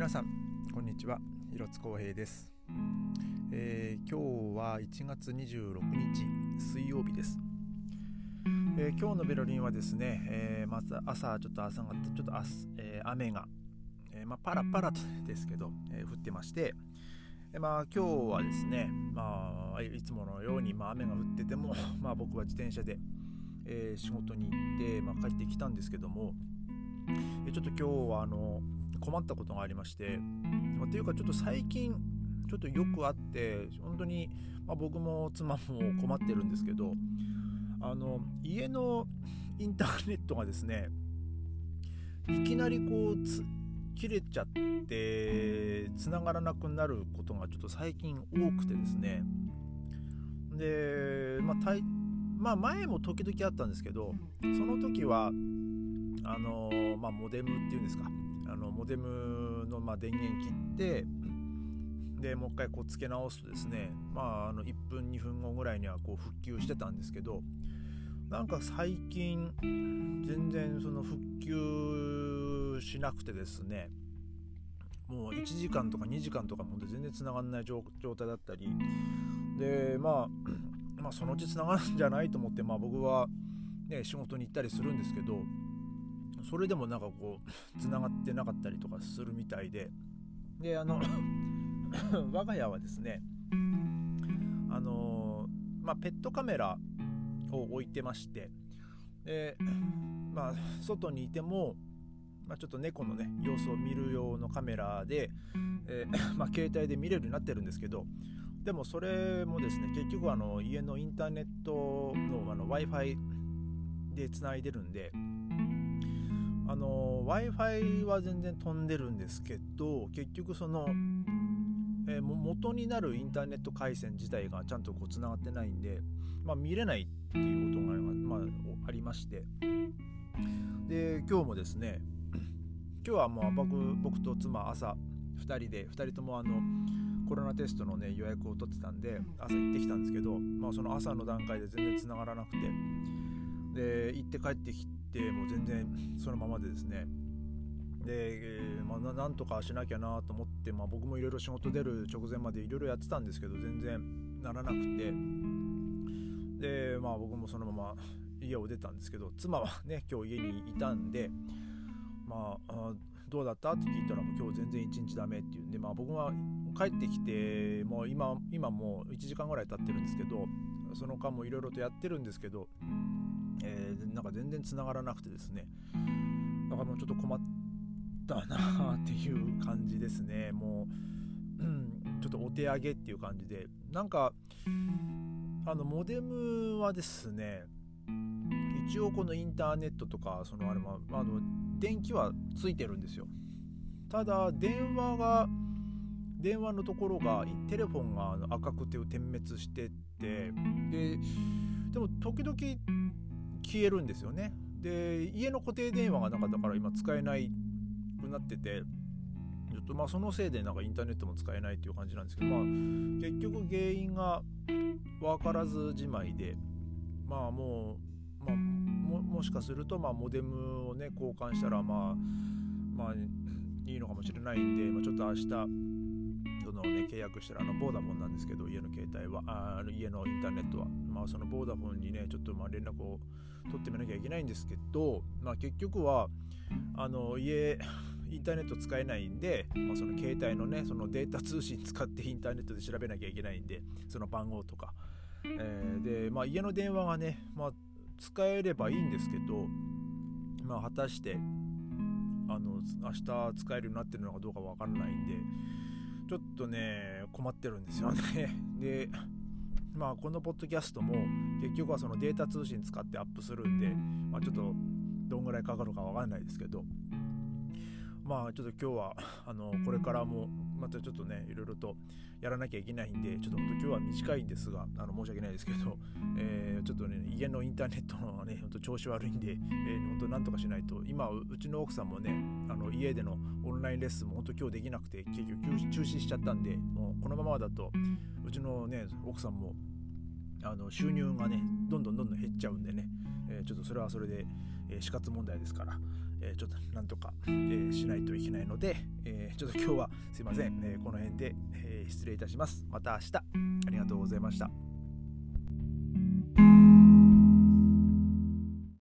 皆さんこんにちは、広津光平です。今日は1月26日水曜日です。今日のベルリンはですね、朝方ちょっと雨が、パラパラですけど、降ってまして、今日はですね、いつものように、雨が降ってても、僕は自転車で、仕事に行って、帰ってきたんですけども、ちょっと今日は困ったことがありまして、というかちょっと最近ちょっとよくあって、本当に、僕も妻も困ってるんですけど、家のインターネットがですね、いきなり切れちゃって繋がらなくなることがちょっと最近多くてですね。で、前も時々あったんですけど、その時はモデムっていうんですか、モデムの電源切って、でもう一回つけ直すとですね、1分2分後ぐらいには復旧してたんですけど、なんか最近全然その復旧しなくてですね、もう1時間とか2時間とかも全然繋がんない状態だったりで、そのうち繋がるんじゃないと思って、僕はね仕事に行ったりするんですけど、それでもなんか繋がってなかったりとかするみたいで、我が家はですね、ペットカメラを置いてまして、で、外にいても、ちょっと猫のね様子を見る用のカメラで、携帯で見れるようになってるんですけど、でもそれもですね、結局家のインターネットのWi-Fi でつないでるんで、Wi-Fi は全然飛んでるんですけど、結局その、元になるインターネット回線自体がちゃんとつながってないんで、見れないっていうことが、ありまして、で今日もですね、今日は僕と妻朝2人ともコロナテストのね予約を取ってたんで朝行ってきたんですけど、その朝の段階で全然繋がらなくて、で行って帰ってきても全然そのままでですね、で、なんとかしなきゃなと思って、僕もいろいろ仕事出る直前までいろいろやってたんですけど、全然ならなくて、で僕もそのまま家を出たんですけど、妻はね今日家にいたんで、どうだったって聞いたら、もう今日全然一日ダメっていうんで、僕は帰ってきてもう今もう1時間ぐらい経ってるんですけど、その間もいろいろとやってるんですけど、なんか全然繋がらなくてですね、だからもうちょっと困ったなっていう感じですね。もう、ちょっとお手上げっていう感じで、なんかモデムはですね、一応このインターネットとか電気はついてるんですよ。ただ電話のところがテレフォンが赤くて点滅してて、でも時々消えるんですよね。で家の固定電話がだから今使えないくなってて、ちょっとそのせいでなんかインターネットも使えないっていう感じなんですけど、結局原因が分からずじまいで、もしかするとモデムをね交換したらいいのかもしれないんで、ちょっと明日そのね契約したらボーダフォンなんですけど、家の携帯は家のインターネットはそのボーダフォンにねちょっと連絡を取ってみなきゃいけないんですけど、結局は家インターネット使えないんで、その携帯のねそのデータ通信使ってインターネットで調べなきゃいけないんで、その番号とか、で家の電話がね使えればいいんですけど、果たして明日使えるようになってるのかどうかわからないんで、ちょっとね困ってるんですよね。でこのポッドキャストも結局はそのデータ通信使ってアップするんで、ちょっとどんぐらいかかるかわからないですけど、ちょっと今日はこれからもまたちょっとねいろいろとやらなきゃいけないんで、ちょっと本当今日は短いんですが申し訳ないですけど、ちょっとね家のインターネットのね本当調子悪いんで、本当なんとかしないと。今うちの奥さんもね家でのオンラインレッスンも本当今日できなくて結局中止しちゃったんで、もうこのままだとうちのね奥さんも収入がねどんどん減っちゃうんでね、ちょっとそれはそれで、死活問題ですから、 ちょっとなんとか、しないといけないので、ちょっと今日はすいません、この辺で、失礼いたします。また明日。ありがとうございました。